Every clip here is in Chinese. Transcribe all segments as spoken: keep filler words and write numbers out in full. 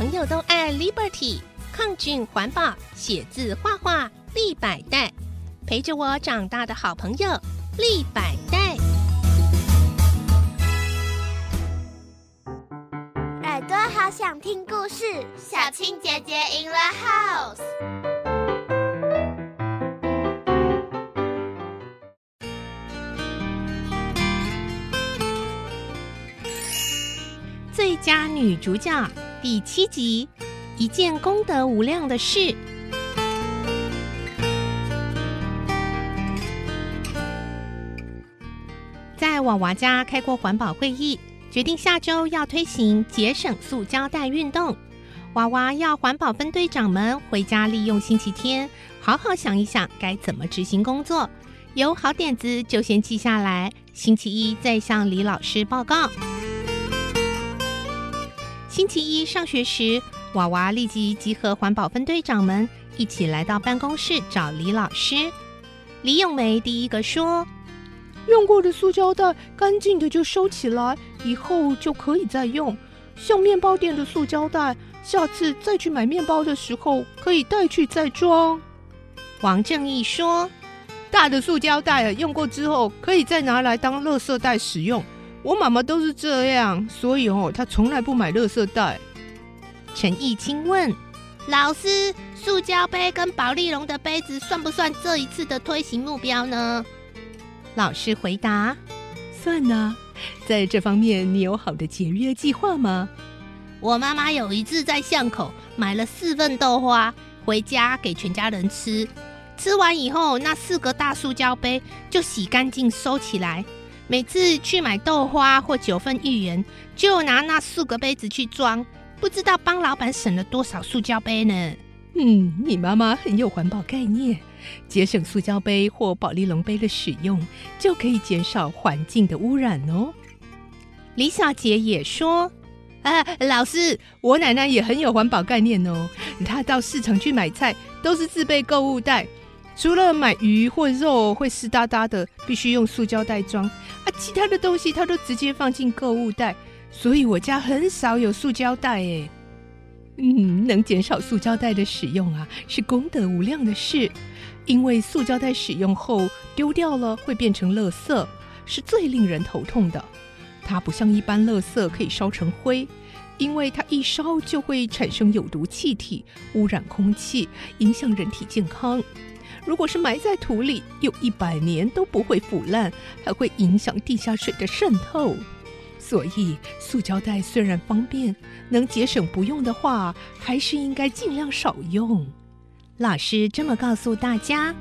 朋友都爱 Liberty， 抗菌环保，写字画画，立百代，陪着我长大的好朋友立百代。 耳朵好想听故事，小青姐姐 in the house。 最佳女主角第七集，一件功德无量的事。在娃娃家开过环保会议，决定下周要推行节省塑胶袋运动。娃娃要环保分队长们回家利用星期天，好好想一想该怎么执行工作。有好点子就先记下来，星期一再向李老师报告。星期一上学时，娃娃立即集合环保分队长们一起来到办公室找李老师。李咏梅第一个说， 用过的塑胶袋干净的就收起来，以后就可以再用。像面包店的塑胶袋，下次再去买面包的时候可以带去再装。 王正义说， 大的塑胶袋用过之后可以再拿来当垃圾袋使用，我妈妈都是这样，所以哦，她从来不买垃圾袋。 陈义清问老师，塑胶杯跟保丽龙的杯子算不算这一次的推行目标呢？ 老师回答， 算啊。在这方面你有好的节约计划吗？ 我妈妈有一次在巷口买了四份豆花回家给全家人吃，吃完以后那四个大塑胶杯就洗干净收起来，每次去买豆花或九份芋圆就拿那四个杯子去装，不知道帮老板省了多少塑胶杯呢。 嗯，你妈妈很有环保概念，节省塑胶杯或保丽龙杯的使用，就可以减少环境的污染哦。 李小姐也说， 啊，老师，我奶奶也很有环保概念哦。她到市场去买菜都是自备购物袋，除了买鱼或肉会湿哒哒的，必须用塑胶袋装啊，其他的东西她都直接放进购物袋，所以我家很少有塑胶袋耶。嗯，能减少塑胶袋的使用啊，是功德无量的事。因为塑胶袋使用后丢掉了会变成垃圾，是最令人头痛的。它不像一般垃圾可以烧成灰，因为它一烧就会产生有毒气体，污染空气，影响人体健康。如果是埋在土里，有一百年都不会腐烂，还会影响地下水的渗透。所以塑胶袋虽然方便，能节省不用的话，还是应该尽量少用。 老师这么告诉大家。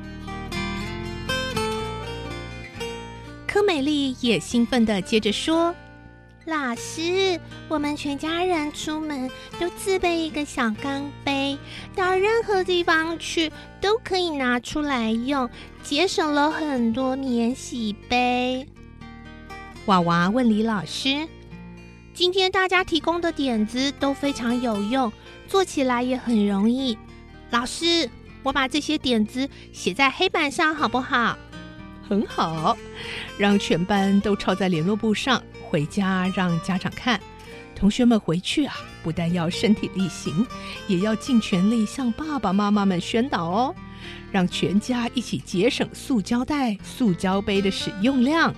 柯美丽也兴奋地接着说， 老师，我们全家人出门都自备一个小钢杯，到任何地方去都可以拿出来用，节省了很多免洗杯。 娃娃问李老师， 今天大家提供的点子都非常有用，做起来也很容易。老师，我把这些点子写在黑板上好不好？ 很好，让全班都抄在联络簿上，回家让家长看。同学们回去啊，不但要身体力行，也要尽全力向爸爸妈妈们宣导哦，让全家一起节省塑胶袋、塑胶杯的使用量。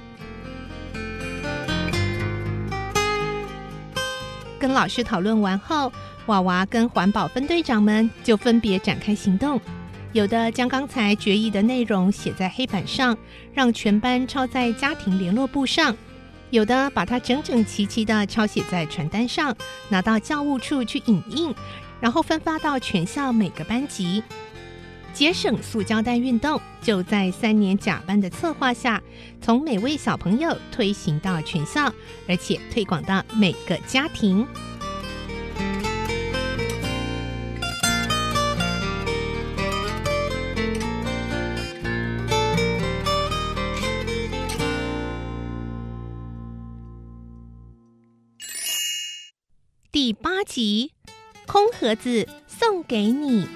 跟老师讨论完后，娃娃跟环保分队长们就分别展开行动。有的将刚才决议的内容写在黑板上，让全班抄在家庭联络簿上；有的把它整整齐齐地抄写在传单上，拿到教务处去影印，然后分发到全校每个班级。节省塑胶袋运动就在三年甲班的策划下，从每位小朋友推行到全校，而且推广到每个家庭。第八集，空盒子送给你。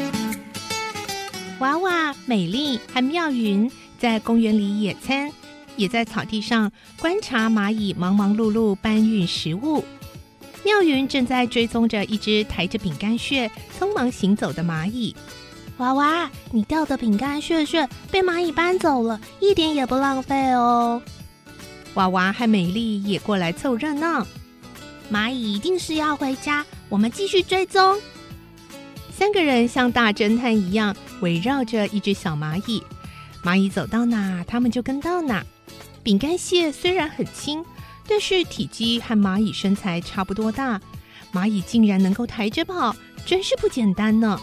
娃娃、美丽和妙云在公园里野餐， 也在草地上观察蚂蚁忙忙碌碌搬运食物。妙云正在追踪着一只抬着饼干屑匆忙行走的蚂蚁。 娃娃，你掉的饼干屑屑被蚂蚁搬走了，一点也不浪费哦。 娃娃和美丽也过来凑热闹。 蚂蚁一定是要回家，我们继续追踪。 三个人像大侦探一样围绕着一只小蚂蚁，蚂蚁走到哪，他们就跟到哪。饼干屑虽然很轻，但是体积和蚂蚁身材差不多大，蚂蚁竟然能够抬着跑，真是不简单呢。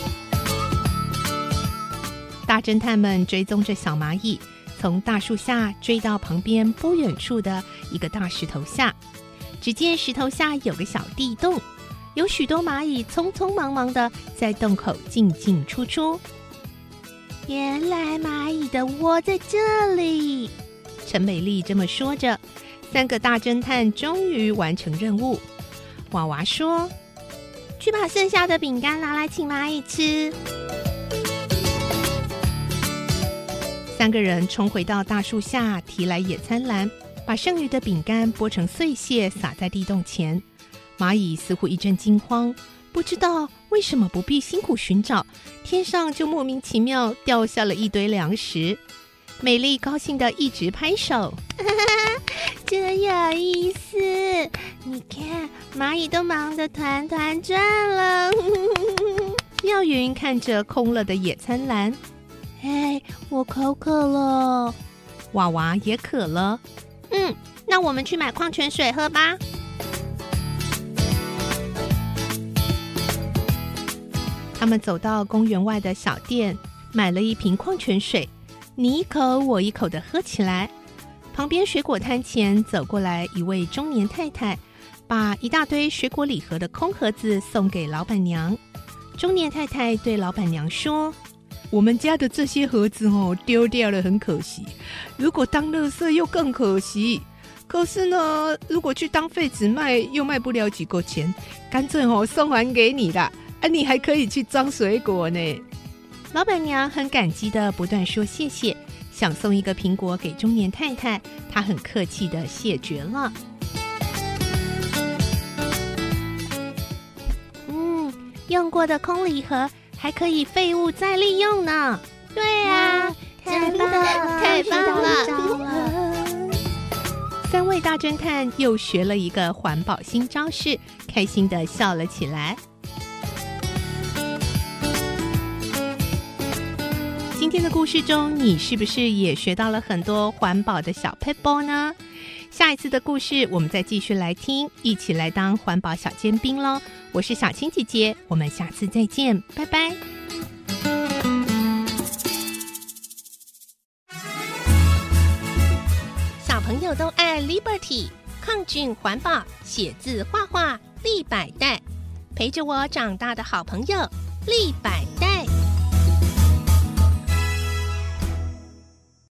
大侦探们追踪着小蚂蚁，从大树下追到旁边不远处的一个大石头下。只见石头下有个小地洞，有许多蚂蚁匆匆忙忙的在洞口进进出出。 原来蚂蚁的窝在这里， 陈美丽这么说着。三个大侦探终于完成任务。娃娃说：“ 去把剩下的饼干拿来请蚂蚁吃。” 三个人冲回到大树下，提来野餐篮，把剩余的饼干剥成碎屑撒在地洞前。蚂蚁似乎一阵惊慌，不知道为什么不必辛苦寻找，天上就莫名其妙掉下了一堆粮食。美丽高兴地一直拍手， 真有意思！你看，蚂蚁都忙得团团转了。 妙云看着空了的野餐篮， 哎，我口渴了。 娃娃也渴了。 嗯，那我们去买矿泉水喝吧。 他们走到公园外的小店，买了一瓶矿泉水，你一口我一口的喝起来。旁边水果摊前走过来一位中年太太，把一大堆水果礼盒的空盒子送给老板娘。中年太太对老板娘说：“我们家的这些盒子哦，丢掉了很可惜，如果当垃圾又更可惜。可是呢，如果去当废纸卖，又卖不了几个钱，干脆哦送还给你啦，啊，你还可以去装水果呢。”老板娘很感激的不断说谢谢，想送一个苹果给中年太太，她很客气的谢绝了。 嗯，用过的空礼盒还可以废物再利用呢。 对啊，太棒了， 太棒了！ 三位大侦探又学了一个环保新招式，开心的笑了起来。今天的故事中，你是不是也学到了很多环保的小撇步呢？下一次的故事我们再继续来听，一起来当环保小尖兵咯。我是小青姐姐，我们下次再见，拜拜。 小朋友都爱 Liberty， 抗菌环保，写字画画立百代，陪着我长大的好朋友立百代。